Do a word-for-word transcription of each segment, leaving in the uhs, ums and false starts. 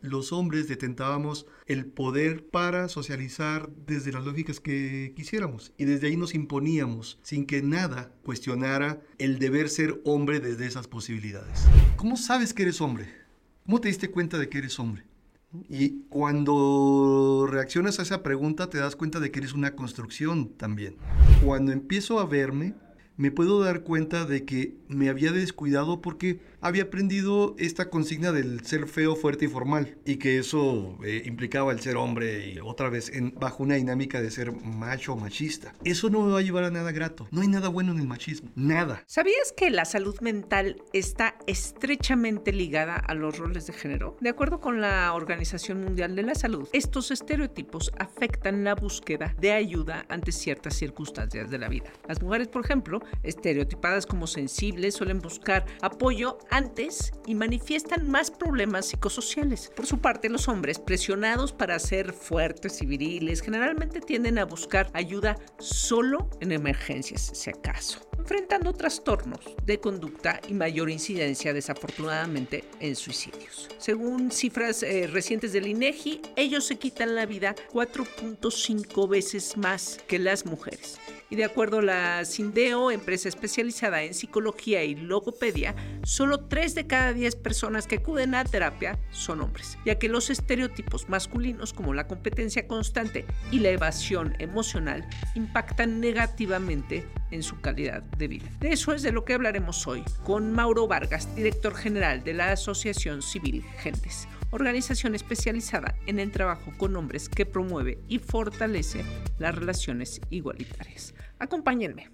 los hombres detentábamos el poder para socializar desde las lógicas que quisiéramos. Y desde ahí nos imponíamos, sin que nada cuestionara el deber ser hombre desde esas posibilidades. ¿Cómo sabes que eres hombre? ¿Cómo te diste cuenta de que eres hombre? Y cuando reaccionas a esa pregunta te das cuenta de que eres una construcción también. Cuando empiezo a verme, me puedo dar cuenta de que me había descuidado porque había aprendido esta consigna del ser feo, fuerte y formal, y que eso eh, implicaba el ser hombre y otra vez en, bajo una dinámica de ser macho o machista. Eso no me va a llevar a nada grato. No hay nada bueno en el machismo. Nada. ¿Sabías que la salud mental está estrechamente ligada a los roles de género? De acuerdo con la Organización Mundial de la Salud, estos estereotipos afectan la búsqueda de ayuda ante ciertas circunstancias de la vida. Las mujeres, por ejemplo, estereotipadas como sensibles, suelen buscar apoyo antes y manifiestan más problemas psicosociales. Por su parte, los hombres, presionados para ser fuertes y viriles, generalmente tienden a buscar ayuda solo en emergencias, si acaso, enfrentando trastornos de conducta y mayor incidencia, desafortunadamente, en suicidios. Según cifras eh, recientes del INEGI, ellos se quitan la vida cuatro punto cinco veces más que las mujeres. Y de acuerdo a la Syndeo, empresa especializada en psicología y logopedia, solo tres de cada diez personas que acuden a terapia son hombres, ya que los estereotipos masculinos como la competencia constante y la evasión emocional impactan negativamente en su calidad de vida. De eso es de lo que hablaremos hoy con Mauro Vargas, director general de la Asociación Civil Gentes, organización especializada en el trabajo con hombres que promueve y fortalece las relaciones igualitarias. Acompáñenme.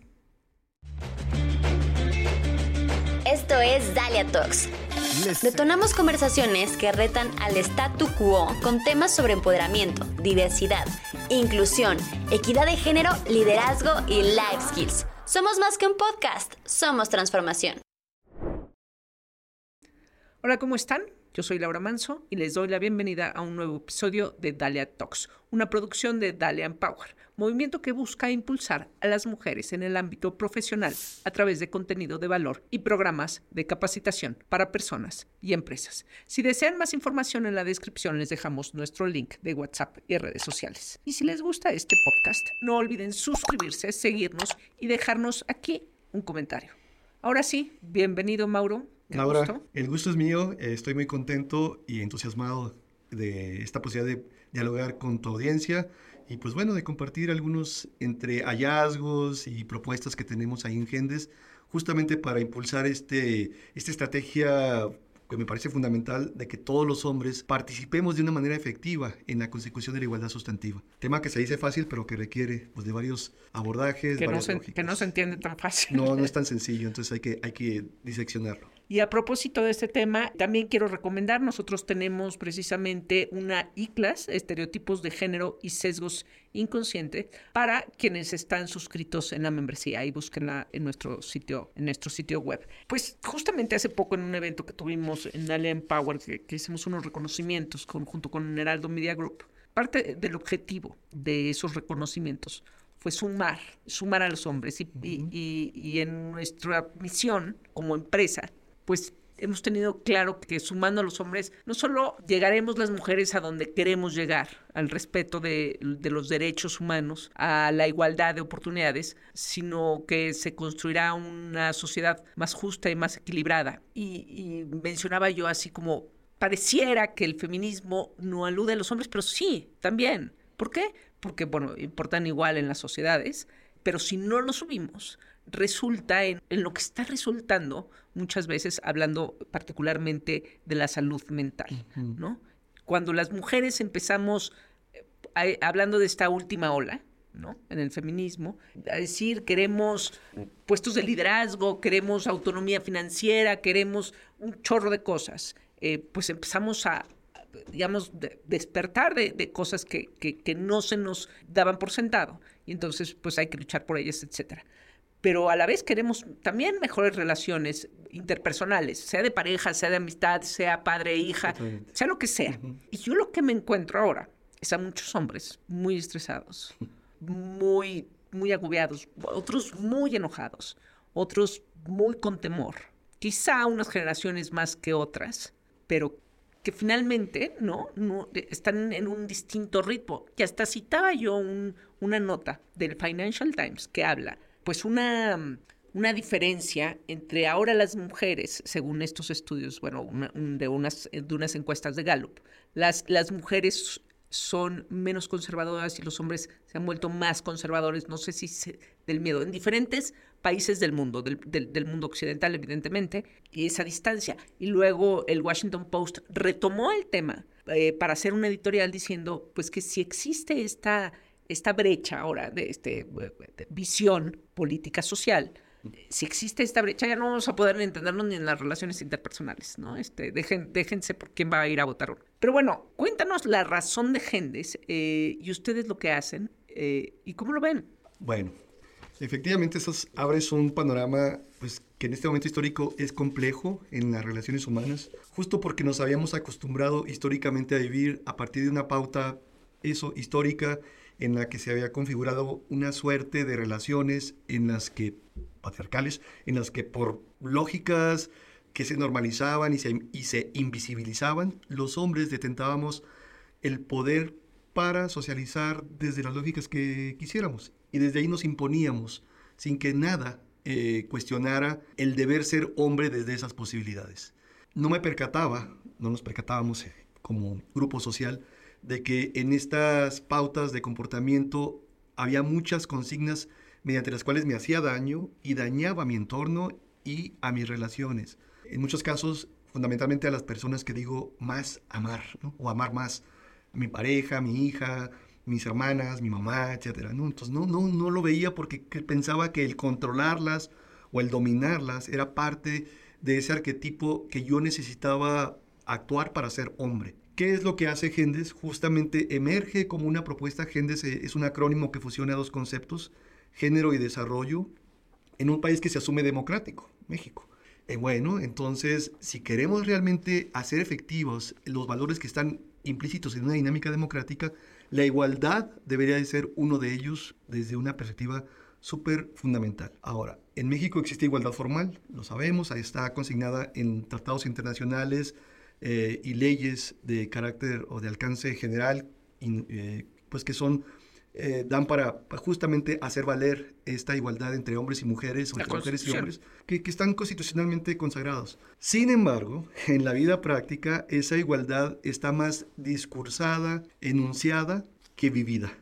Esto es Dalia Talks. Detonamos conversaciones que retan al statu quo con temas sobre empoderamiento, diversidad, inclusión, equidad de género, liderazgo y life skills. Somos más que un podcast, somos transformación. Hola, ¿cómo están? Yo soy Laura Manso y les doy la bienvenida a un nuevo episodio de Dalia Talks, una producción de Dalia Empower, movimiento que busca impulsar a las mujeres en el ámbito profesional a través de contenido de valor y programas de capacitación para personas y empresas. Si desean más información, en la descripción les dejamos nuestro link de WhatsApp y redes sociales. Y si les gusta este podcast, no olviden suscribirse, seguirnos y dejarnos aquí un comentario. Ahora sí, bienvenido, Mauro. Laura, gusto. El gusto es mío, estoy muy contento y entusiasmado de esta posibilidad de dialogar con tu audiencia y pues bueno, de compartir algunos entre hallazgos y propuestas que tenemos ahí en Gendes, justamente para impulsar este, esta estrategia que me parece fundamental de que todos los hombres participemos de una manera efectiva en la consecución de la igualdad sustantiva. Tema que se dice fácil, pero que requiere pues, de varios abordajes, que varias no se, lógicas. Que no se entiende tan fácil. No, no es tan sencillo, entonces hay que, hay que diseccionarlo. Y a propósito de este tema, también quiero recomendar, nosotros tenemos precisamente una I-Class, Estereotipos de Género y Sesgos Inconscientes, para quienes están suscritos en la membresía, y búsquenla en nuestro sitio, en nuestro sitio web. Pues justamente hace poco en un evento que tuvimos en Dalia Empower, que, que hicimos unos reconocimientos con, junto con Heraldo Media Group, parte del objetivo de esos reconocimientos fue sumar, sumar a los hombres y, uh-huh. y, y, y en nuestra misión como empresa, pues hemos tenido claro que sumando a los hombres, no solo llegaremos las mujeres a donde queremos llegar, al respeto de, de los derechos humanos, a la igualdad de oportunidades, sino que se construirá una sociedad más justa y más equilibrada. Y, y mencionaba yo así como, pareciera que el feminismo no alude a los hombres, pero sí, también. ¿Por qué? Porque, bueno, importan igual en las sociedades, pero si no lo subimos, resulta en, en lo que está resultando muchas veces, hablando particularmente de la salud mental, uh-huh. ¿no? Cuando las mujeres empezamos, eh, a, hablando de esta última ola, ¿no? En el feminismo, a decir queremos puestos de liderazgo, queremos autonomía financiera, queremos un chorro de cosas, eh, pues empezamos a digamos, de, despertar de, de cosas que, que, que no se nos daban por sentado. Y entonces, pues hay que luchar por ellas, etcétera. Pero a la vez queremos también mejores relaciones interpersonales, sea de pareja, sea de amistad, sea padre e hija, Totalmente. sea lo que sea. Uh-huh. Y yo lo que me encuentro ahora es a muchos hombres muy estresados, muy, muy agobiados, otros muy enojados, otros muy con temor. Quizá unas generaciones más que otras, pero que finalmente no, no están en un distinto ritmo. Que hasta citaba yo un, una nota del Financial Times que habla, pues una, una diferencia entre ahora las mujeres, según estos estudios, bueno, una, un, de, unas, de unas encuestas de Gallup, las, las mujeres son menos conservadoras y los hombres se han vuelto más conservadores, no sé si se, del miedo, en diferentes países del mundo, del, del, del mundo occidental, evidentemente, y esa distancia. Y luego el Washington Post retomó el tema eh, para hacer un editorial diciendo pues que si existe esta, esta brecha ahora de, este, de visión política social, si existe esta brecha ya no vamos a poder entendernos ni en las relaciones interpersonales, ¿no? Este, dejen, déjense por quién va a ir a votar uno. Pero bueno, cuéntanos la razón de Gendes eh, y ustedes lo que hacen eh, y cómo lo ven. Bueno, efectivamente eso abres un panorama pues, que en este momento histórico es complejo en las relaciones humanas, justo porque nos habíamos acostumbrado históricamente a vivir a partir de una pauta eso, histórica, en la que se había configurado una suerte de relaciones en las que, patriarcales, en las que por lógicas que se normalizaban y se, y se invisibilizaban, los hombres detentábamos el poder para socializar desde las lógicas que quisiéramos. Y desde ahí nos imponíamos, sin que nada eh, cuestionara el deber ser hombre desde esas posibilidades. No me percataba, no nos percatábamos eh, como grupo social, de que en estas pautas de comportamiento había muchas consignas mediante las cuales me hacía daño y dañaba a mi entorno y a mis relaciones. En muchos casos, fundamentalmente a las personas que digo más amar, ¿no? O amar más. Mi pareja, mi hija, mis hermanas, mi mamá, etcétera, ¿no? Entonces no, no, no lo veía porque pensaba que el controlarlas o el dominarlas era parte de ese arquetipo que yo necesitaba actuar para ser hombre. ¿Qué es lo que hace Gendes? Justamente emerge como una propuesta. Gendes es un acrónimo que fusiona dos conceptos, género y desarrollo, en un país que se asume democrático, México. Eh, bueno, entonces, si queremos realmente hacer efectivos los valores que están implícitos en una dinámica democrática, la igualdad debería de ser uno de ellos desde una perspectiva súper fundamental. Ahora, en México existe igualdad formal, lo sabemos, ahí está consignada en tratados internacionales, Eh, y leyes de carácter o de alcance general, y, eh, pues que son, eh, dan para, para justamente hacer valer esta igualdad entre hombres y mujeres, o entre mujeres y hombres, que, que están constitucionalmente consagrados. Sin embargo, en la vida práctica, esa igualdad está más discursada, enunciada, que vivida.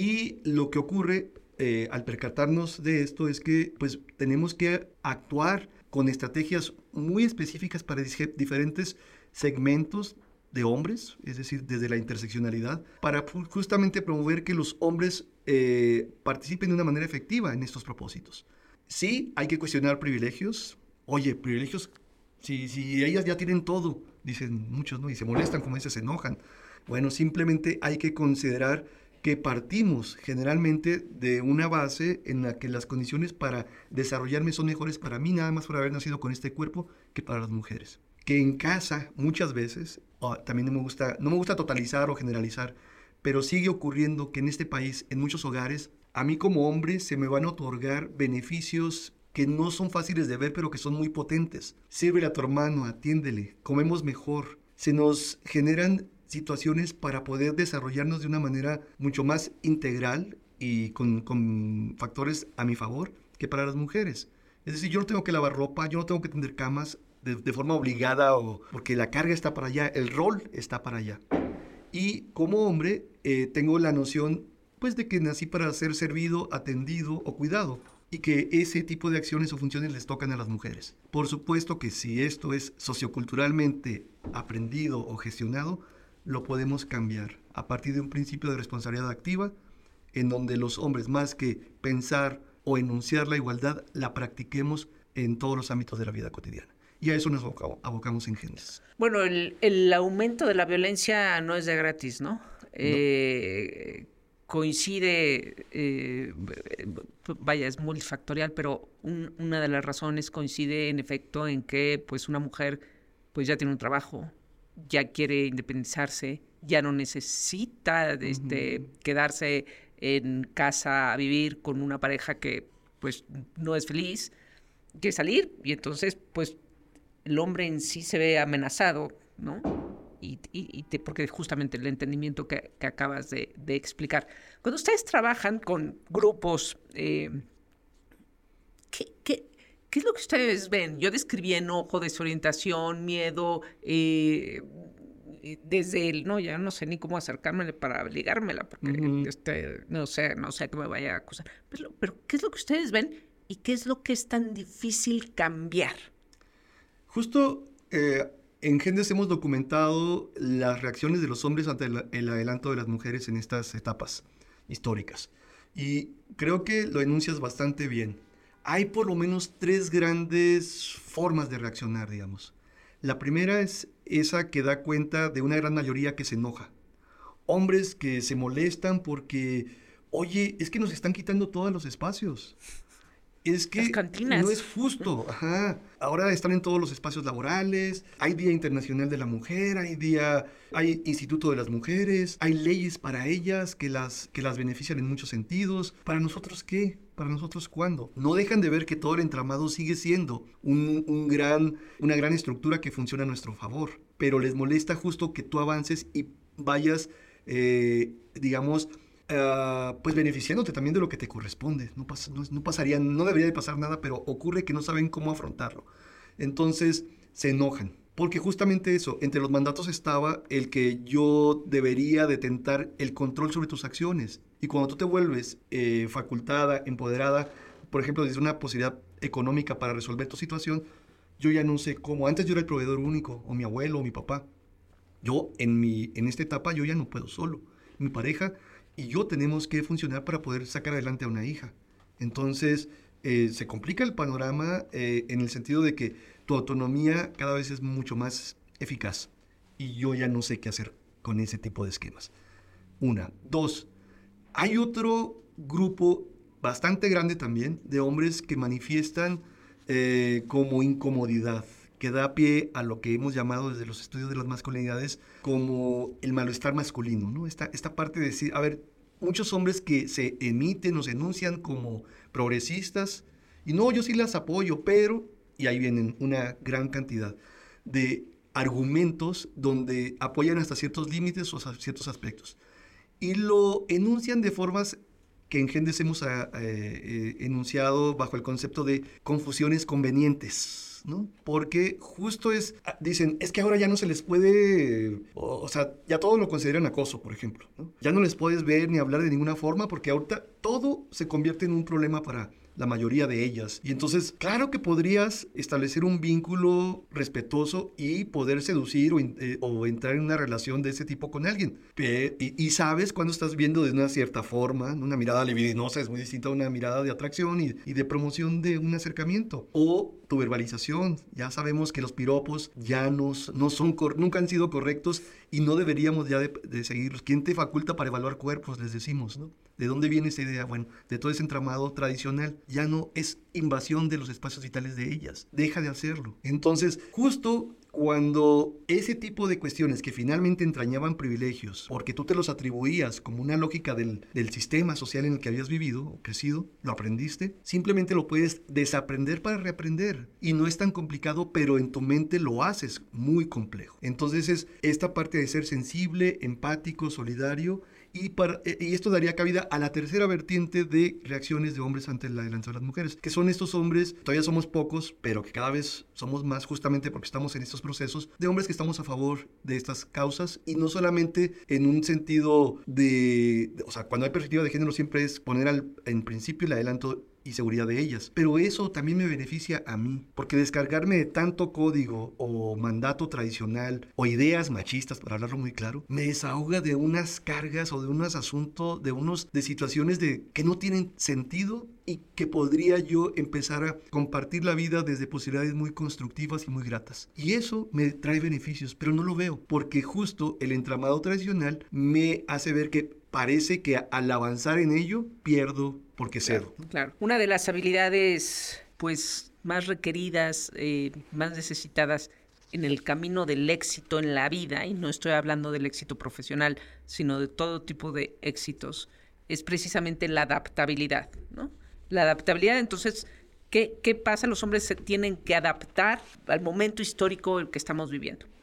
Y lo que ocurre eh, al percatarnos de esto es que pues, tenemos que actuar con estrategias muy específicas para diferentes segmentos de hombres, es decir, desde la interseccionalidad, para justamente promover que los hombres eh, participen de una manera efectiva en estos propósitos. Sí, hay que cuestionar privilegios. Oye, privilegios, si, si ellas ya tienen todo, dicen muchos, ¿no? Y se molestan, como dice, se enojan. Bueno, simplemente hay que considerar que partimos generalmente de una base en la que las condiciones para desarrollarme son mejores para mí, nada más por haber nacido con este cuerpo, que para las mujeres. Que en casa muchas veces, oh, también no me gusta, no me gusta totalizar o generalizar, pero sigue ocurriendo que en este país, en muchos hogares, a mí como hombre se me van a otorgar beneficios que no son fáciles de ver, pero que son muy potentes. Sírvele a tu hermano, atiéndele, comemos mejor. Se nos generan situaciones para poder desarrollarnos de una manera mucho más integral y con, con factores a mi favor que para las mujeres. Es decir, yo no tengo que lavar ropa, yo no tengo que tender camas, De, de forma obligada o porque la carga está para allá, el rol está para allá. Y como hombre eh, tengo la noción pues de que nací para ser servido, atendido o cuidado y que ese tipo de acciones o funciones les tocan a las mujeres. Por supuesto que si esto es socioculturalmente aprendido o gestionado, lo podemos cambiar a partir de un principio de responsabilidad activa en donde los hombres más que pensar o enunciar la igualdad, la practiquemos en todos los ámbitos de la vida cotidiana. Y a eso nos abocamos en Gendes. Bueno, el, el aumento de la violencia no es de gratis, ¿no? no. Eh, coincide, eh, vaya, es multifactorial, pero un, una de las razones coincide en efecto en que pues una mujer pues ya tiene un trabajo, ya quiere independizarse, ya no necesita este, uh-huh. quedarse en casa a vivir con una pareja que pues no es feliz, quiere salir y entonces pues el hombre en sí se ve amenazado, ¿no? y, y, y te, porque justamente el entendimiento que, que acabas de, de explicar. Cuando ustedes trabajan con grupos, eh, ¿qué, qué, ¿qué es lo que ustedes ven? Yo describí enojo, desorientación, miedo, eh, desde el, no, ya no sé ni cómo acercármele para ligármela, porque uh-huh. este, no sé, no sé que me vaya a acusar. Pero, pero, ¿qué es lo que ustedes ven y qué es lo que es tan difícil cambiar? Justo eh, en Gendes hemos documentado las reacciones de los hombres ante el, el adelanto de las mujeres en estas etapas históricas. Y creo que lo enuncias bastante bien. Hay por lo menos tres grandes formas de reaccionar, digamos. La primera es esa que da cuenta de una gran mayoría que se enoja. Hombres que se molestan porque, oye, es que nos están quitando todos los espacios. Es que las cantinas. No es justo. Ajá. Ahora están en todos los espacios laborales, hay Día Internacional de la Mujer, hay día, hay Instituto de las Mujeres, hay leyes para ellas que las, que las benefician en muchos sentidos. ¿Para nosotros qué? ¿Para nosotros cuándo? No dejan de ver que todo el entramado sigue siendo un, un gran, una gran estructura que funciona a nuestro favor, pero les molesta justo que tú avances y vayas, eh, digamos, Uh, pues beneficiándote también de lo que te corresponde. No, pas, no, no pasaría, no debería de pasar nada, pero ocurre que no saben cómo afrontarlo. Entonces se enojan, porque justamente eso, entre los mandatos estaba el que yo debería de tentar el control sobre tus acciones. Y cuando tú te vuelves eh, facultada, empoderada, por ejemplo, desde una posibilidad económica para resolver tu situación, yo ya no sé cómo. Antes yo era el proveedor único, o mi abuelo, o mi papá. Yo, en, mi, en esta etapa, yo ya no puedo solo. Mi pareja y yo tenemos que funcionar para poder sacar adelante a una hija. Entonces, eh, se complica el panorama eh, en el sentido de que tu autonomía cada vez es mucho más eficaz. Y yo ya no sé qué hacer con ese tipo de esquemas. Una. Dos, hay otro grupo bastante grande también de hombres que manifiestan eh, como incomodidad, que da pie a lo que hemos llamado desde los estudios de las masculinidades como el malestar masculino, ¿no? Esta, esta parte de decir, a ver, muchos hombres que se emiten o se enuncian como progresistas, y no, yo sí las apoyo, pero, y ahí vienen una gran cantidad de argumentos donde apoyan hasta ciertos límites o hasta ciertos aspectos, y lo enuncian de formas que en Gendes hemos eh, eh, enunciado bajo el concepto de confusiones convenientes, ¿no? Porque justo es, dicen, es que ahora ya no se les puede, o, o sea, ya todo lo consideran acoso, por ejemplo, ¿no? Ya no les puedes ver ni hablar de ninguna forma porque ahorita todo se convierte en un problema para la mayoría de ellas. Y entonces, claro que podrías establecer un vínculo respetuoso y poder seducir o, eh, o entrar en una relación de ese tipo con alguien. Pe- y, y sabes cuando estás viendo de una cierta forma, una mirada libidinosa es muy distinta a una mirada de atracción y, y de promoción de un acercamiento. O tu verbalización. Ya sabemos que los piropos ya no, no son, nunca han sido correctos y no deberíamos ya de, de seguirlos. ¿Quién te faculta para evaluar cuerpos? Les decimos, ¿no? ¿De dónde viene esa idea? Bueno, de todo ese entramado tradicional. Ya no es invasión de los espacios vitales de ellas. Deja de hacerlo. Entonces, justo cuando ese tipo de cuestiones que finalmente entrañaban privilegios, porque tú te los atribuías como una lógica del, del sistema social en el que habías vivido o crecido, lo aprendiste, simplemente lo puedes desaprender para reaprender. Y no es tan complicado, pero en tu mente lo haces muy complejo. Entonces es esta parte de ser sensible, empático, solidario. Y, para, y esto daría cabida a la tercera vertiente de reacciones de hombres ante el adelanto de las mujeres, que son estos hombres, todavía somos pocos, pero que cada vez somos más justamente porque estamos en estos procesos, de hombres que estamos a favor de estas causas y no solamente en un sentido de, de o sea, cuando hay perspectiva de género siempre es poner al, en principio el adelanto y seguridad de ellas. Pero eso también me beneficia a mí, porque descargarme de tanto código o mandato tradicional o ideas machistas, para hablarlo muy claro, me desahoga de unas cargas o de unos asuntos, de unos de situaciones de que no tienen sentido y que podría yo empezar a compartir la vida desde posibilidades muy constructivas y muy gratas. Y eso me trae beneficios, pero no lo veo, porque justo el entramado tradicional me hace ver que parece que al avanzar en ello, pierdo porque cedo. Claro, claro. Una de las habilidades, pues, más requeridas, eh, más necesitadas en el camino del éxito en la vida, y no estoy hablando del éxito profesional, sino de todo tipo de éxitos, es precisamente la adaptabilidad, ¿no? La adaptabilidad, entonces, ¿qué, qué pasa? Los hombres se tienen que adaptar al momento histórico el que estamos viviendo.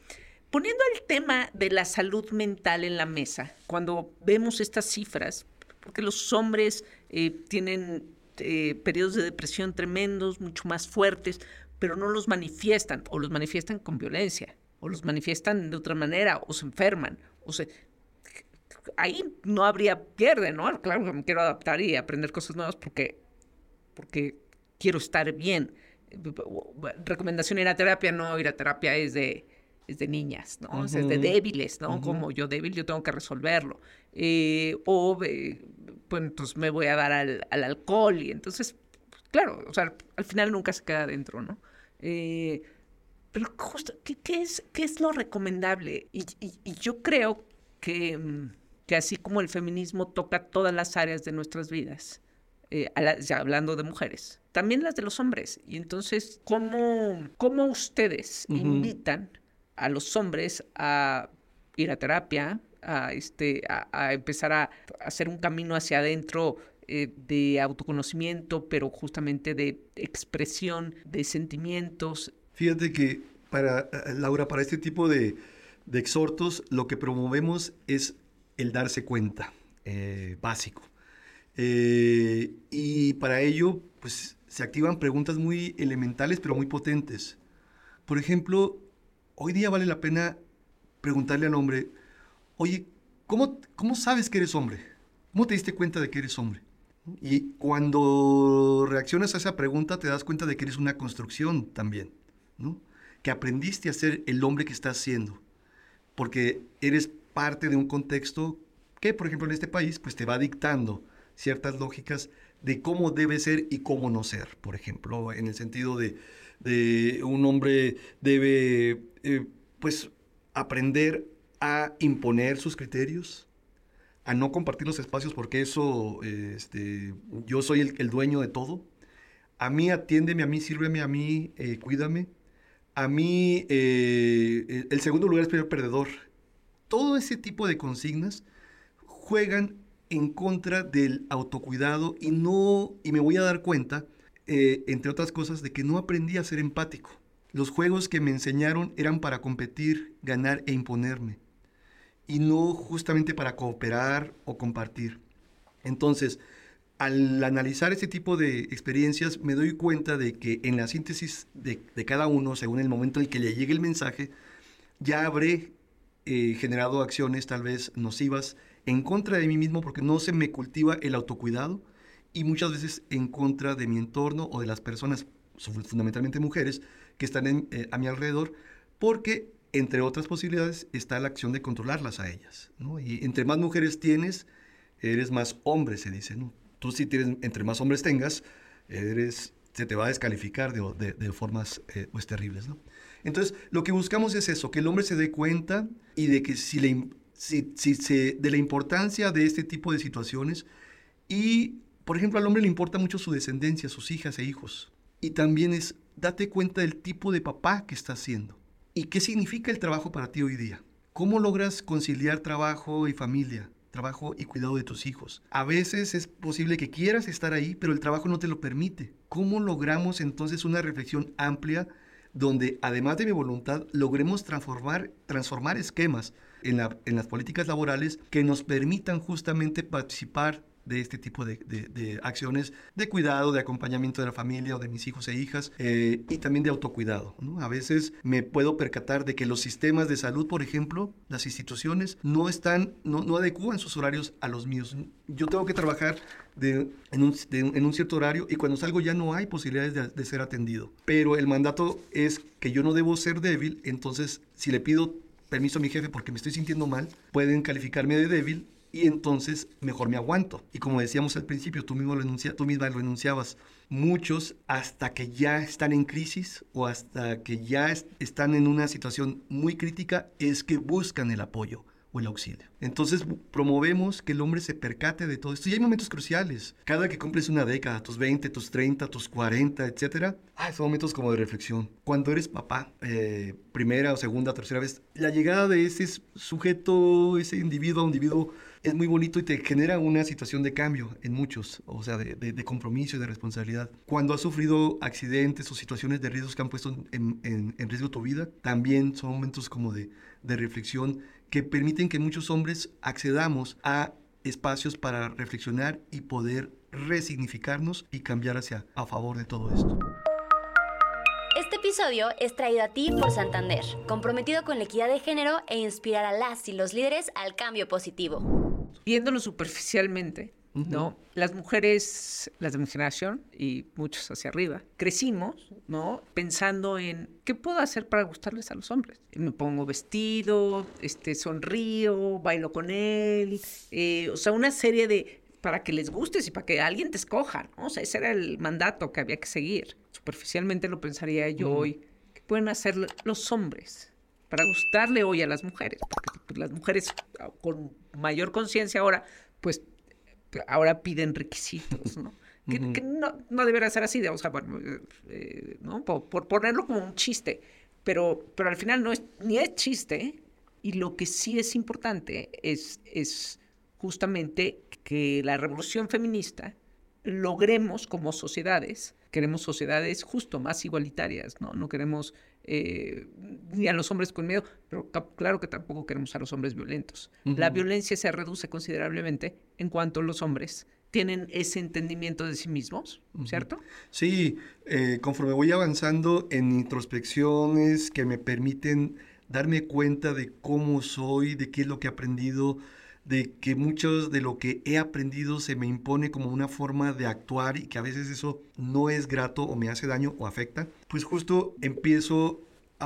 Poniendo el tema de la salud mental en la mesa, cuando vemos estas cifras, porque los hombres eh, tienen eh, periodos de depresión tremendos, mucho más fuertes, pero no los manifiestan, o los manifiestan con violencia, o los manifiestan de otra manera, o se enferman, o se... Ahí no habría pierde, ¿no? Claro que me quiero adaptar y aprender cosas nuevas porque, porque quiero estar bien. Recomendación ir a terapia, no ir a terapia es de, es de niñas, ¿no? Uh-huh. O sea, es de débiles, ¿no? Uh-huh. Como yo débil, yo tengo que resolverlo. Eh, o, eh, pues entonces me voy a dar al, al alcohol y entonces, claro, o sea, al final nunca se queda adentro, ¿no? Eh, pero justo, ¿qué, qué, es, ¿qué es lo recomendable? Y, y, y yo creo que... que así como el feminismo toca todas las áreas de nuestras vidas, eh, a la, ya hablando de mujeres, también las de los hombres. Y entonces, ¿cómo, cómo ustedes uh-huh. invitan a los hombres a ir a terapia, a, este, a, a empezar a, a hacer un camino hacia adentro eh, de autoconocimiento, pero justamente de expresión de sentimientos? Fíjate que, para Laura, para este tipo de, de exhortos, lo que promovemos es el darse cuenta, eh, básico. Eh, y para ello, pues, se activan preguntas muy elementales, pero muy potentes. Por ejemplo, hoy día vale la pena preguntarle al hombre, oye, ¿cómo, cómo sabes que eres hombre? ¿Cómo te diste cuenta de que eres hombre? Y cuando reaccionas a esa pregunta, te das cuenta de que eres una construcción también, ¿no? Que aprendiste a ser el hombre que estás siendo, porque eres parte de un contexto que, por ejemplo, en este país, pues te va dictando ciertas lógicas de cómo debe ser y cómo no ser. Por ejemplo, en el sentido de, de un hombre debe, eh, pues, aprender a imponer sus criterios, a no compartir los espacios porque eso, eh, este, yo soy el, el dueño de todo. A mí atiéndeme, a mí sírveme, a mí eh, cuídame. A mí eh, el segundo lugar es primer perdedor. Todo ese tipo de consignas juegan en contra del autocuidado y no y me voy a dar cuenta, eh, entre otras cosas, de que no aprendí a ser empático. Los juegos que me enseñaron eran para competir, ganar e imponerme, y no justamente para cooperar o compartir. Entonces, al analizar este tipo de experiencias, me doy cuenta de que en la síntesis de, de cada uno, según el momento en el que le llegue el mensaje, ya habré Eh, generado acciones tal vez nocivas en contra de mí mismo porque no se me cultiva el autocuidado y muchas veces en contra de mi entorno o de las personas, fundamentalmente mujeres, que están en, eh, a mi alrededor, porque entre otras posibilidades está la acción de controlarlas a ellas, ¿no? Y entre más mujeres tienes, eres más hombre, se dice, ¿no? Tú si tienes, entre más hombres tengas, eres, se te va a descalificar de, de, de formas eh, pues terribles, ¿no? Entonces, lo que buscamos es eso, que el hombre se dé cuenta y de que si le, si, si se, de la importancia de este tipo de situaciones. Y, por ejemplo, al hombre le importa mucho su descendencia, sus hijas e hijos. Y también es, date cuenta del tipo de papá que estás siendo. ¿Y qué significa el trabajo para ti hoy día? ¿Cómo logras conciliar trabajo y familia? Trabajo y cuidado de tus hijos. A veces es posible que quieras estar ahí, pero el trabajo no te lo permite. ¿Cómo logramos entonces una reflexión amplia donde, además de mi voluntad, logremos transformar, transformar esquemas en, la, en las políticas laborales que nos permitan justamente participar de este tipo de, de, de acciones de cuidado, de acompañamiento de la familia o de mis hijos e hijas, eh, y también de autocuidado, ¿no? A veces me puedo percatar de que los sistemas de salud, por ejemplo, las instituciones, no están, no, no adecúan sus horarios a los míos. Yo tengo que trabajar de, en, un, de, en un cierto horario y cuando salgo ya no hay posibilidades de, de ser atendido. Pero el mandato es que yo no debo ser débil, entonces si le pido permiso a mi jefe porque me estoy sintiendo mal, pueden calificarme de débil y entonces mejor me aguanto. Y como decíamos al principio, tú, mismo lo enuncia, tú misma lo enunciabas, muchos hasta que ya están en crisis o hasta que ya est- están en una situación muy crítica es que buscan el apoyo o el auxilio. Entonces promovemos que el hombre se percate de todo esto. Y hay momentos cruciales. Cada que cumples una década, tus veinte, tus treinta, tus cuarenta, etcétera, ah, son momentos como de reflexión. Cuando eres papá, eh, primera o segunda o tercera vez, la llegada de ese sujeto, ese individuo a individuo, es muy bonito y te genera una situación de cambio en muchos, o sea, de, de, de compromiso y de responsabilidad. Cuando has sufrido accidentes o situaciones de riesgos que han puesto en, en, en riesgo tu vida, también son momentos como de, de reflexión que permiten que muchos hombres accedamos a espacios para reflexionar y poder resignificarnos y cambiar hacia a favor de todo esto. Este episodio es traído a ti por Santander, comprometido con la equidad de género e inspirar a las y los líderes al cambio positivo. Viéndolo superficialmente, uh-huh. ¿no? Las mujeres, las de mi generación y muchos hacia arriba, crecimos, ¿no? Pensando en ¿qué puedo hacer para gustarles a los hombres? Me pongo vestido, este, sonrío, bailo con él, eh, o sea, una serie de para que les gustes y para que alguien te escoja, ¿no? O sea, ese era el mandato que había que seguir. Superficialmente lo pensaría yo uh-huh. hoy. ¿Qué pueden hacer los hombres para gustarle hoy a las mujeres? Porque pues, las mujeres con mayor conciencia ahora, pues ahora piden requisitos, ¿no? que, uh-huh. que no, no debería ser así, o sea, bueno, eh, ¿no? Por, por ponerlo como un chiste, pero, pero al final no es, ni es chiste, y lo que sí es importante es, es justamente que la revolución feminista logremos como sociedades, queremos sociedades justo más igualitarias, ¿no? No queremos eh, ni a los hombres con miedo, pero claro que tampoco queremos a los hombres violentos. Uh-huh. La violencia se reduce considerablemente en cuanto los hombres tienen ese entendimiento de sí mismos, ¿cierto? Sí, eh, conforme voy avanzando en introspecciones que me permiten darme cuenta de cómo soy, de qué es lo que he aprendido, de que mucho de lo que he aprendido se me impone como una forma de actuar y que a veces eso no es grato o me hace daño o afecta, pues justo empiezo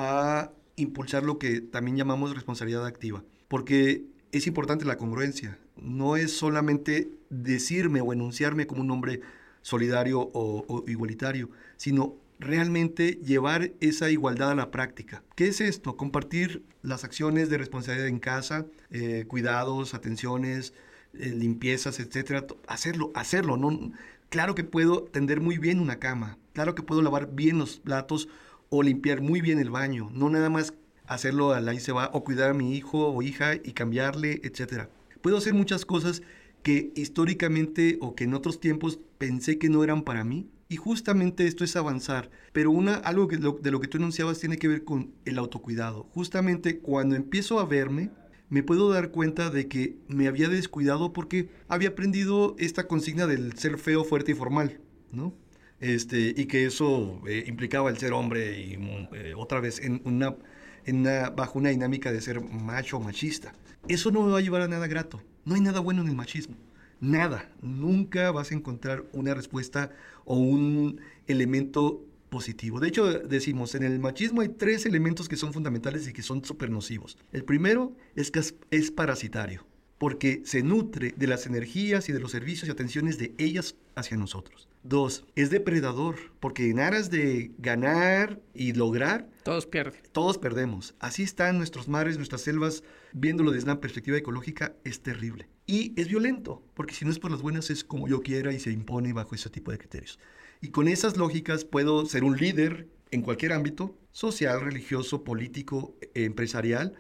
a impulsar lo que también llamamos responsabilidad activa, porque es importante la congruencia. No es solamente decirme o enunciarme como un hombre solidario o, o igualitario, sino realmente llevar esa igualdad a la práctica. ¿Qué es esto? Compartir las acciones de responsabilidad en casa, eh, cuidados, atenciones, eh, limpiezas, etcétera. Hacerlo, hacerlo. ¿No? Claro que puedo tender muy bien una cama, claro que puedo lavar bien los platos o limpiar muy bien el baño, no nada más hacerlo a la y se va, o cuidar a mi hijo o hija y cambiarle, etcétera. Puedo hacer muchas cosas que históricamente o que en otros tiempos pensé que no eran para mí. Y justamente esto es avanzar, pero una, algo que lo, de lo que tú enunciabas tiene que ver con el autocuidado. Justamente cuando empiezo a verme, me puedo dar cuenta de que me había descuidado porque había aprendido esta consigna del ser feo, fuerte y formal, ¿no? Este, y que eso eh, implicaba el ser hombre y eh, otra vez en una, en una, bajo una dinámica de ser macho o machista. Eso no me va a llevar a nada grato. No hay nada bueno en el machismo. Nada, nunca vas a encontrar una respuesta o un elemento positivo. De hecho, decimos, en el machismo hay tres elementos que son fundamentales y que son súper nocivos. El primero es que es, es parasitario, porque se nutre de las energías y de los servicios y atenciones de ellas hacia nosotros. Dos, es depredador, porque en aras de ganar y lograr, todos pierden. Todos perdemos. Así están nuestros mares, nuestras selvas, viéndolo desde una perspectiva ecológica, es terrible. Y es violento, porque si no es por las buenas es como yo quiera y se impone bajo ese tipo de criterios. Y con esas lógicas puedo ser un líder en cualquier ámbito, social, religioso, político, empresarial,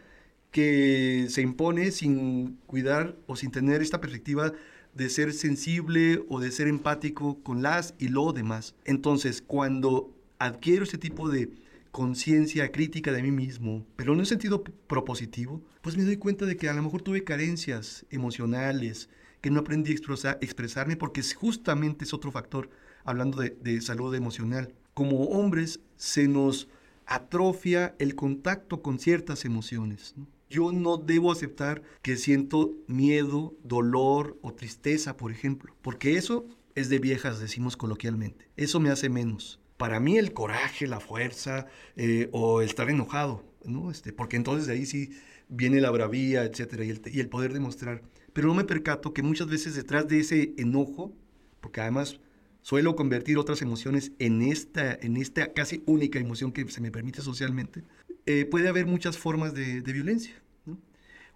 que se impone sin cuidar o sin tener esta perspectiva de ser sensible o de ser empático con las y lo demás. Entonces, cuando adquiero este tipo de conciencia crítica de mí mismo, pero en un sentido propositivo, pues me doy cuenta de que a lo mejor tuve carencias emocionales, que no aprendí a expresar, expresarme, porque justamente es otro factor, hablando de, de salud emocional. Como hombres se nos atrofia el contacto con ciertas emociones, ¿no? Yo no debo aceptar que siento miedo, dolor o tristeza, por ejemplo, porque eso es de viejas, decimos coloquialmente. Eso me hace menos. Para mí el coraje, la fuerza eh, o el estar enojado, ¿no? Este, porque entonces de ahí sí viene la bravía, etcétera, y el, y el poder demostrar. Pero no me percato que muchas veces detrás de ese enojo, porque además suelo convertir otras emociones en esta, en esta casi única emoción que se me permite socialmente, eh, puede haber muchas formas de, de violencia, ¿no?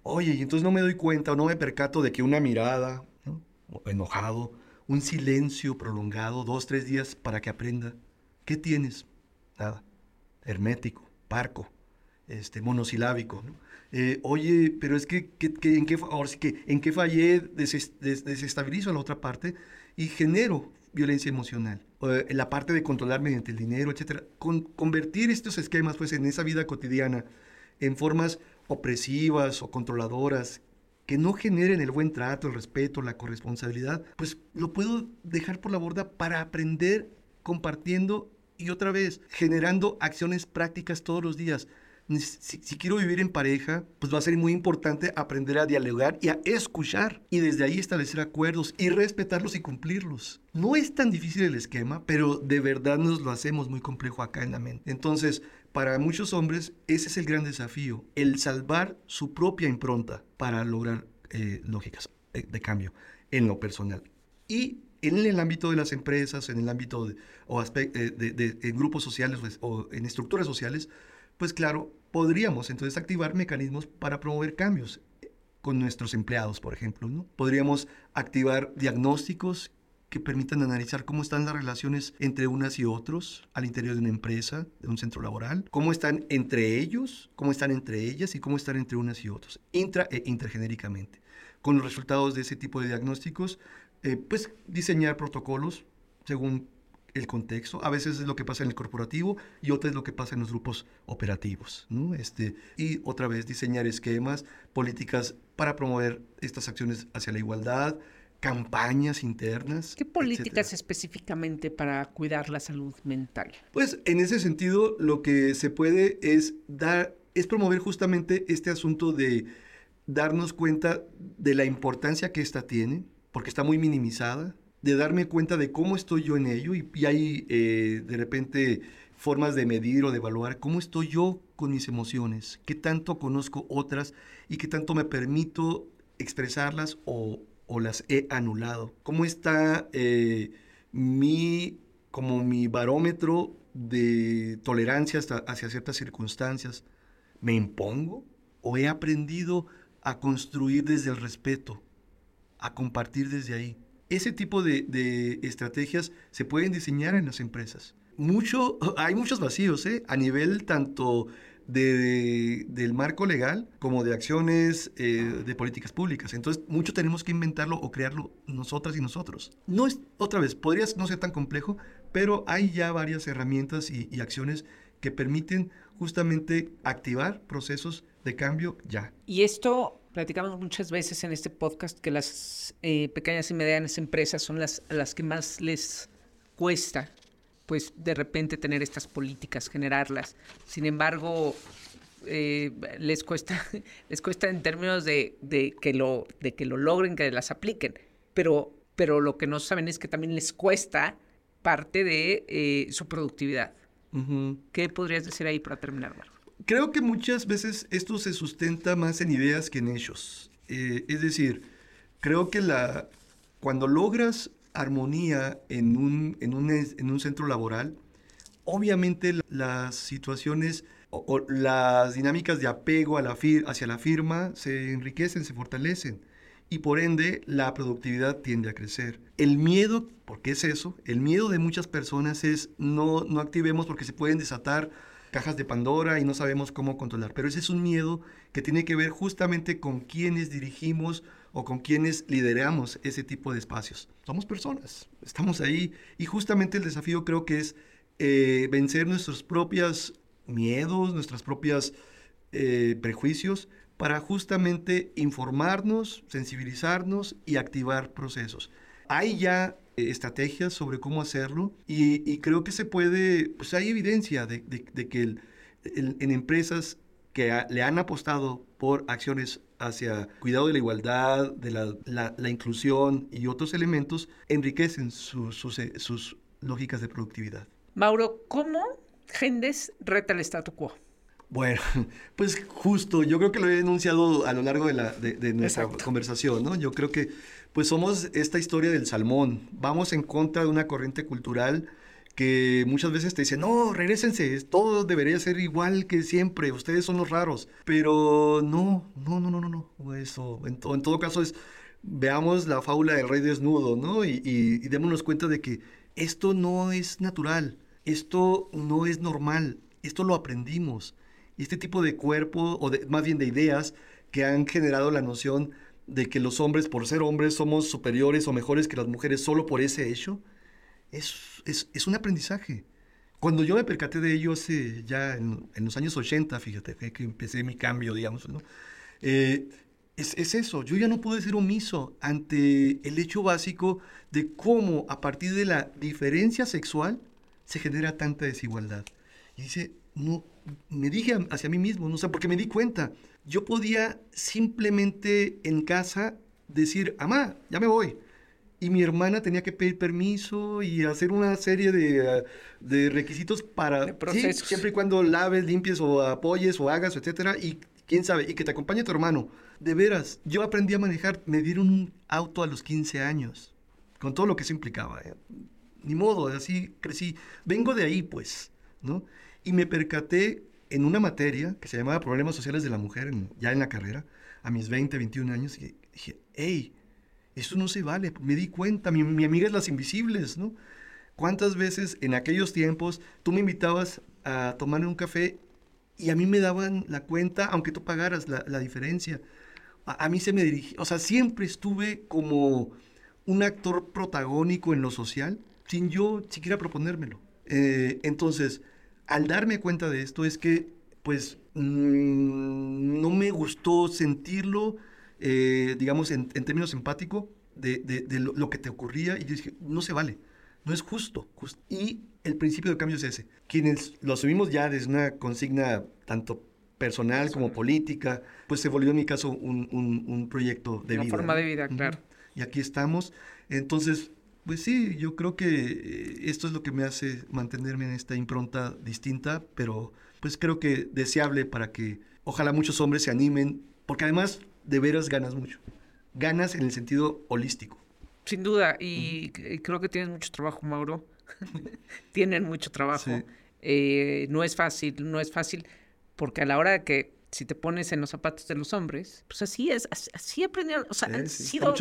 Oye, y entonces no me doy cuenta o no me percato de que una mirada, ¿no? Enojado, un silencio prolongado, dos, tres días para que aprenda. ¿Qué tienes? Nada. Hermético, parco, este, monosilábico, ¿no? Eh, oye, pero es que, que, que, ¿en, qué, ahora sí que ¿en qué fallé? Deses, des, desestabilizo a la otra parte y genero violencia emocional. Eh, la parte de controlar mediante el dinero, etcétera. Con, convertir estos esquemas, pues, en esa vida cotidiana, en formas opresivas o controladoras, que no generen el buen trato, el respeto, la corresponsabilidad, pues lo puedo dejar por la borda para aprender compartiendo y otra vez generando acciones prácticas todos los días. Si, si quiero vivir en pareja, pues va a ser muy importante aprender a dialogar y a escuchar y desde ahí establecer acuerdos y respetarlos y cumplirlos. No es tan difícil el esquema, pero de verdad nos lo hacemos muy complejo acá en la mente. Entonces, para muchos hombres, ese es el gran desafío, el salvar su propia impronta para lograr eh, lógicas de, de cambio en lo personal. Y en el ámbito de las empresas, en el ámbito de, o aspect, de, de, de en grupos sociales pues, o en estructuras sociales, pues claro, podríamos entonces activar mecanismos para promover cambios con nuestros empleados, por ejemplo, ¿no? Podríamos activar diagnósticos que permitan analizar cómo están las relaciones entre unas y otros al interior de una empresa, de un centro laboral, cómo están entre ellos, cómo están entre ellas y cómo están entre unas y otros, intra e intergenéricamente. Con los resultados de ese tipo de diagnósticos, eh, pues diseñar protocolos según el contexto. A veces es lo que pasa en el corporativo y otra es lo que pasa en los grupos operativos, ¿no? Este, y otra vez diseñar esquemas, políticas para promover estas acciones hacia la igualdad, campañas internas. ¿Qué políticas etcétera. Específicamente para cuidar la salud mental? Pues en ese sentido lo que se puede es dar, es promover justamente este asunto de darnos cuenta de la importancia que esta tiene, porque está muy minimizada, de darme cuenta de cómo estoy yo en ello y, y hay eh, de repente formas de medir o de evaluar cómo estoy yo con mis emociones, qué tanto conozco otras y qué tanto me permito expresarlas o, o las he anulado. Cómo está eh, mi, como mi barómetro de tolerancia hasta, hacia ciertas circunstancias. ¿Me impongo o he aprendido a construir desde el respeto, a compartir desde ahí? Ese tipo de, de estrategias se pueden diseñar en las empresas. Mucho, hay muchos vacíos, ¿eh? A nivel tanto de, de, del marco legal como de acciones eh, de políticas públicas. Entonces, mucho tenemos que inventarlo o crearlo nosotras y nosotros. No es, otra vez, podría no ser tan complejo, pero hay ya varias herramientas y, y acciones que permiten justamente activar procesos de cambio ya. Y esto, platicamos muchas veces en este podcast que las eh, pequeñas y medianas empresas son las, las que más les cuesta, pues de repente tener estas políticas, generarlas. Sin embargo, eh, les cuesta, les cuesta en términos de, de, que lo, de que lo logren, que las apliquen. Pero, pero lo que no saben es que también les cuesta parte de eh, su productividad. Uh-huh. ¿Qué podrías decir ahí para terminar, Marco? Creo que muchas veces esto se sustenta más en ideas que en hechos. Eh, es decir, creo que la, cuando logras armonía en un, en un, en un centro laboral, obviamente las situaciones o, o las dinámicas de apego a la fir, hacia la firma se enriquecen, se fortalecen y por ende la productividad tiende a crecer. El miedo, ¿por qué es eso? El miedo de muchas personas es no, no activemos porque se pueden desatar cajas de Pandora y no sabemos cómo controlar. Pero ese es un miedo que tiene que ver justamente con quienes dirigimos o con quienes lideramos ese tipo de espacios. Somos personas, estamos ahí y justamente el desafío creo que es eh, vencer nuestros propios miedos, nuestros propios eh, prejuicios para justamente informarnos, sensibilizarnos y activar procesos. Hay ya estrategias sobre cómo hacerlo y, y creo que se puede, pues hay evidencia de, de, de que el, el, en empresas que a, le han apostado por acciones hacia cuidado de la igualdad, de la, la, la inclusión y otros elementos, enriquecen su, sus, sus lógicas de productividad. Mauro, ¿cómo Gendes reta el statu quo? Bueno, pues justo, yo creo que lo he enunciado a lo largo de, la, de, de nuestra Exacto. conversación, ¿no? Yo creo que pues somos esta historia del salmón, vamos en contra de una corriente cultural que muchas veces te dicen, no, regrésense, todo debería ser igual que siempre, ustedes son los raros. Pero no, no, no, no, no, no. Eso, en, to- en todo caso es, veamos la fábula del rey desnudo, ¿no? Y, y, y démonos cuenta de que esto no es natural, esto no es normal, esto lo aprendimos. Y este tipo de cuerpo, o de, más bien de ideas, que han generado la noción de que los hombres, por ser hombres, somos superiores o mejores que las mujeres solo por ese hecho, es, es, es un aprendizaje. Cuando yo me percaté de ello hace ya en, en los años ochenta, fíjate, fue que empecé mi cambio, digamos, ¿no? Eh, es, es eso, yo ya no pude ser omiso ante el hecho básico de cómo a partir de la diferencia sexual se genera tanta desigualdad. Y dice, no, me dije hacia mí mismo, no sé, porque me di cuenta, yo podía simplemente en casa decir, mamá, ya me voy. Y mi hermana tenía que pedir permiso y hacer una serie de, uh, de requisitos para... De procesos. Sí, siempre y cuando laves, limpies o apoyes o hagas, etcétera. Y quién sabe, y que te acompañe tu hermano. De veras, yo aprendí a manejar. Me dieron un auto a los quince años. Con todo lo que eso implicaba. ¿eh? Ni modo, así crecí. Vengo de ahí, pues, ¿no? Y me percaté en una materia que se llamaba Problemas Sociales de la Mujer, en, ya en la carrera, a mis veinte, veintiún años, y dije, hey, eso no se vale. Me di cuenta, mi, mi amiga es Las Invisibles, ¿no? ¿Cuántas veces en aquellos tiempos tú me invitabas a tomar un café y a mí me daban la cuenta, aunque tú pagaras la, la diferencia? A, a mí se me dirigía, o sea, siempre estuve como un actor protagónico en lo social, sin yo siquiera proponérmelo. Eh, entonces, al darme cuenta de esto es que, pues, mmm, no me gustó sentirlo, eh, digamos, en, en términos empáticos, de, de, de lo, lo que te ocurría, y yo dije, no se vale, no es justo. Just, y el principio del cambio es ese. Quienes lo asumimos ya desde una consigna tanto personal como política, pues se volvió en mi caso un, un, un proyecto de una vida. Una forma ¿no? de vida, claro. Uh-huh. Y aquí estamos. Entonces, pues sí, yo creo que esto es lo que me hace mantenerme en esta impronta distinta, pero pues creo que deseable para que ojalá muchos hombres se animen, porque además de veras ganas mucho. Ganas en el sentido holístico. Sin duda, y uh-huh. creo que tienes mucho trabajo, Mauro. Tienen mucho trabajo. Sí. Eh, no es fácil, no es fácil, porque a la hora de que si te pones en los zapatos de los hombres, pues así es, así, así aprendieron, o sea, sí, han sí. sido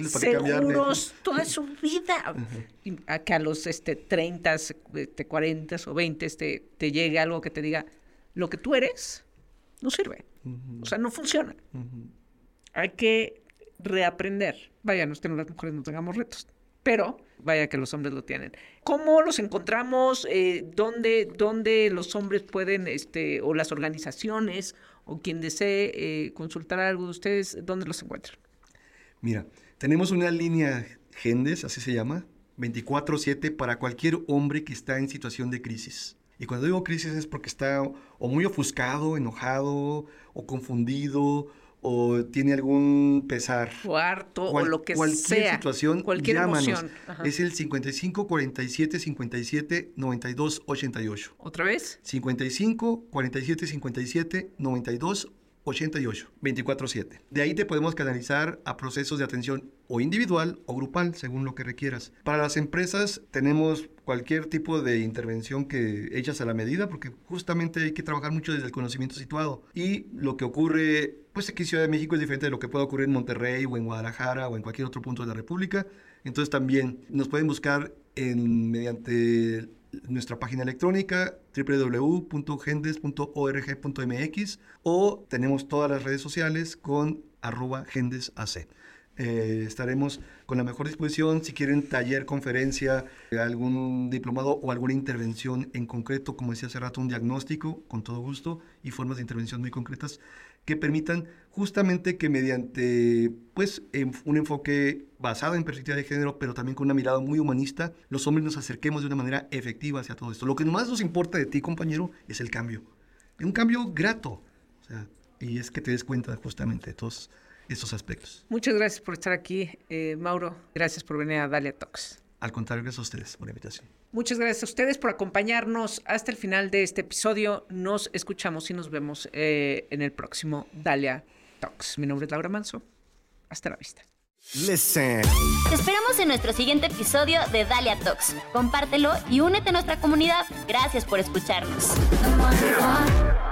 seguros toda su vida. Uh-huh. Y a que a los este, treinta, cuarenta o veinte te, te llegue algo que te diga, lo que tú eres no sirve, uh-huh. o sea, no funciona. Uh-huh. Hay que reaprender. Vaya, no es que las mujeres no tengamos retos, pero vaya que los hombres lo tienen. ¿Cómo los encontramos? Eh, ¿dónde, ¿Dónde los hombres pueden, este, o las organizaciones, o quien desee eh, consultar algo de ustedes, dónde los encuentran? Mira, tenemos una línea Gendes, así se llama, veinticuatro siete, para cualquier hombre que está en situación de crisis. Y cuando digo crisis es porque está o muy ofuscado, enojado, o confundido, o tiene algún pesar. O harto, Cual, o lo que cualquier sea. Cualquier situación, cualquier llámanos. Emoción. Ajá. Es el cincuenta y cinco, cuarenta y siete, cincuenta y siete, noventa y dos, ochenta y ocho. ¿Otra vez? cincuenta y cinco, cuarenta y siete, cincuenta y siete, noventa y dos, ochenta y ocho. veinticuatro siete. De ahí te podemos canalizar a procesos de atención o individual o grupal, según lo que requieras. Para las empresas tenemos cualquier tipo de intervención que echas a la medida, porque justamente hay que trabajar mucho desde el conocimiento situado. Y lo que ocurre, pues aquí en Ciudad de México es diferente de lo que puede ocurrir en Monterrey o en Guadalajara o en cualquier otro punto de la República. Entonces también nos pueden buscar en, mediante nuestra página electrónica doble u doble u doble u punto gendes punto org punto m x, o tenemos todas las redes sociales con arroba gendesac. Eh, estaremos con la mejor disposición si quieren taller, conferencia, algún diplomado o alguna intervención en concreto, como decía hace rato, un diagnóstico, con todo gusto, y formas de intervención muy concretas que permitan justamente que mediante pues, un enfoque basado en perspectiva de género, pero también con una mirada muy humanista, los hombres nos acerquemos de una manera efectiva hacia todo esto. Lo que más nos importa de ti, compañero, es el cambio. Un cambio grato. O sea, y es que te des cuenta justamente de todos estos aspectos. Muchas gracias por estar aquí, eh, Mauro. Gracias por venir a Dalia Talks. Al contrario, gracias a ustedes por la invitación. Muchas gracias a ustedes por acompañarnos hasta el final de este episodio. Nos escuchamos y nos vemos eh, en el próximo Dalia Talks. Mi nombre es Laura Manso. Hasta la vista. Listen. Te esperamos en nuestro siguiente episodio de Dalia Talks. Compártelo y únete a nuestra comunidad. Gracias por escucharnos.